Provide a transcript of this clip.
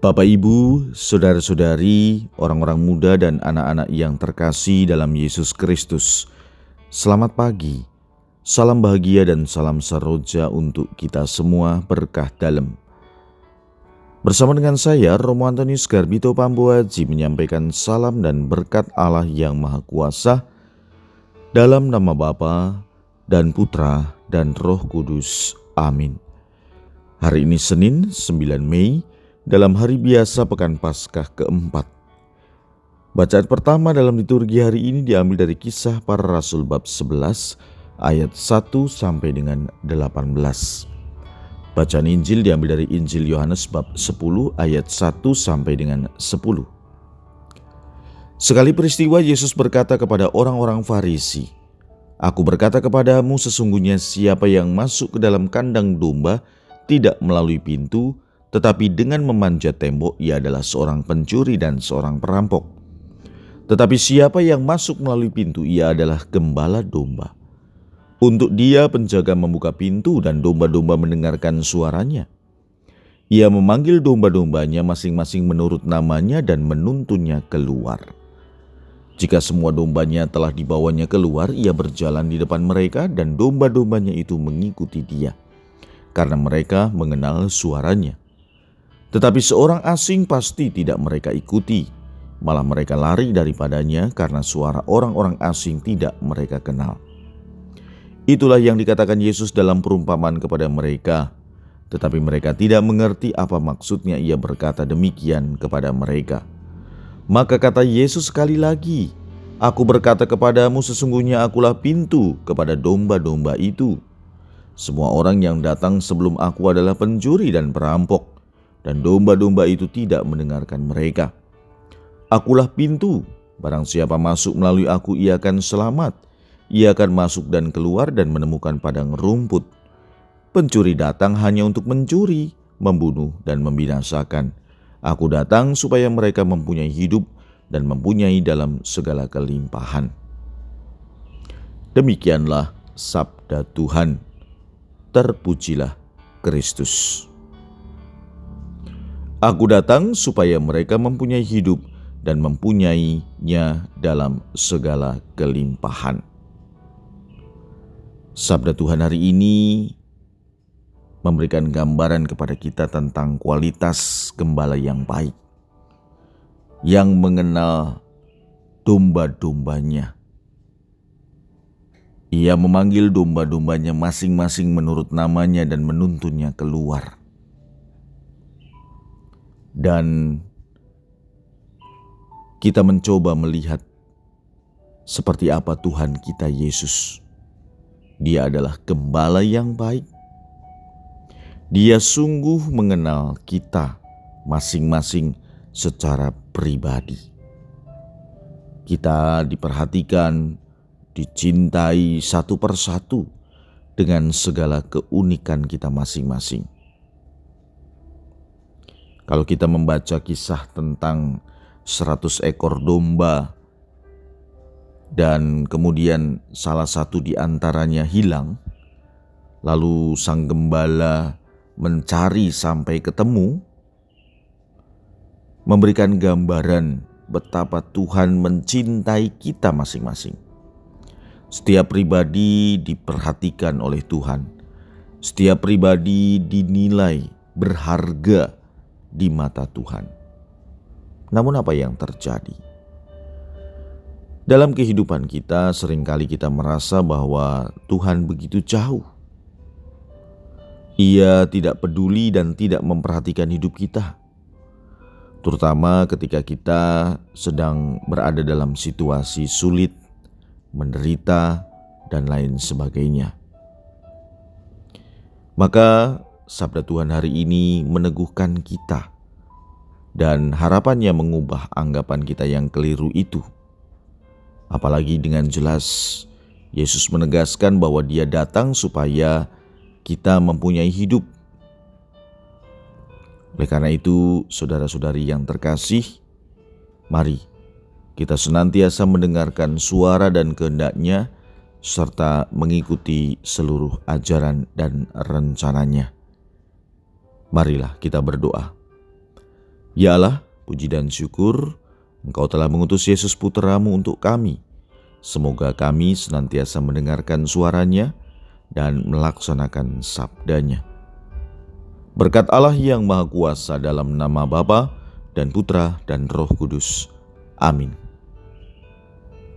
Bapak, Ibu, saudara-saudari, orang-orang muda dan anak-anak yang terkasih dalam Yesus Kristus, selamat pagi, salam bahagia dan salam saroja untuk kita semua berkah dalam. Bersama dengan saya, Romo Antonius Garbito Pambuaji menyampaikan salam dan berkat Allah yang Maha Kuasa dalam nama Bapa dan Putra dan Roh Kudus. Amin. Hari ini Senin 9 Mei dalam hari biasa Pekan Paskah keempat. Bacaan pertama dalam liturgi hari ini diambil dari Kisah Para Rasul bab 11 ayat 1 sampai dengan 18. Bacaan Injil diambil dari Injil Yohanes bab 10 ayat 1 sampai dengan 10. Sekali peristiwa Yesus berkata kepada orang-orang Farisi, "Aku berkata kepadamu, sesungguhnya siapa yang masuk ke dalam kandang domba tidak melalui pintu, tetapi dengan memanjat tembok, ia adalah seorang pencuri dan seorang perampok. Tetapi siapa yang masuk melalui pintu, ia adalah gembala domba. Untuk dia penjaga membuka pintu dan domba-domba mendengarkan suaranya. Ia memanggil domba-dombanya masing-masing menurut namanya dan menuntunnya keluar. Jika semua dombanya telah dibawanya keluar, ia berjalan di depan mereka dan domba-dombanya itu mengikuti dia, karena mereka mengenal suaranya. Tetapi seorang asing pasti tidak mereka ikuti, malah mereka lari daripadanya karena suara orang-orang asing tidak mereka kenal." Itulah yang dikatakan Yesus dalam perumpamaan kepada mereka, tetapi mereka tidak mengerti apa maksudnya ia berkata demikian kepada mereka. Maka kata Yesus sekali lagi, "Aku berkata kepadamu, sesungguhnya akulah pintu kepada domba-domba itu. Semua orang yang datang sebelum aku adalah pencuri dan perampok, dan domba-domba itu tidak mendengarkan mereka. Akulah pintu, barang siapa masuk melalui aku ia akan selamat. Ia akan masuk dan keluar dan menemukan padang rumput. Pencuri datang hanya untuk mencuri, membunuh dan membinasakan. Aku datang supaya mereka mempunyai hidup dan mempunyai dalam segala kelimpahan." Demikianlah sabda Tuhan. Terpujilah Kristus. Aku datang supaya mereka mempunyai hidup dan mempunyainya dalam segala kelimpahan. Sabda Tuhan hari ini memberikan gambaran kepada kita tentang kualitas gembala yang baik, yang mengenal domba-dombanya. Ia memanggil domba-dombanya masing-masing menurut namanya dan menuntunnya keluar. Dan kita mencoba melihat seperti apa Tuhan kita Yesus. Dia adalah gembala yang baik. Dia sungguh mengenal kita masing-masing secara pribadi. Kita diperhatikan, dicintai satu persatu dengan segala keunikan kita masing-masing. Kalau kita membaca kisah tentang 100 ekor domba dan kemudian salah satu di antaranya hilang, lalu sang gembala mencari sampai ketemu, memberikan gambaran betapa Tuhan mencintai kita masing-masing. Setiap pribadi diperhatikan oleh Tuhan. Setiap pribadi dinilai berharga di mata Tuhan. Namun apa yang terjadi? Dalam kehidupan kita seringkali kita merasa bahwa Tuhan begitu jauh. Ia tidak peduli dan tidak memperhatikan hidup kita. Terutama ketika kita sedang berada dalam situasi sulit, menderita, dan lain sebagainya. Maka sabda Tuhan hari ini meneguhkan kita dan harapannya mengubah anggapan kita yang keliru itu. Apalagi dengan jelas Yesus menegaskan bahwa Dia datang supaya kita mempunyai hidup. Oleh karena itu, saudara-saudari yang terkasih, mari kita senantiasa mendengarkan suara dan kehendak-Nya serta mengikuti seluruh ajaran dan rencananya. Marilah kita berdoa. Ya Allah, puji dan syukur, Engkau telah mengutus Yesus Putra-Mu untuk kami. Semoga kami senantiasa mendengarkan suaranya dan melaksanakan sabdanya. Berkat Allah yang Maha Kuasa dalam nama Bapa dan Putra dan Roh Kudus. Amin.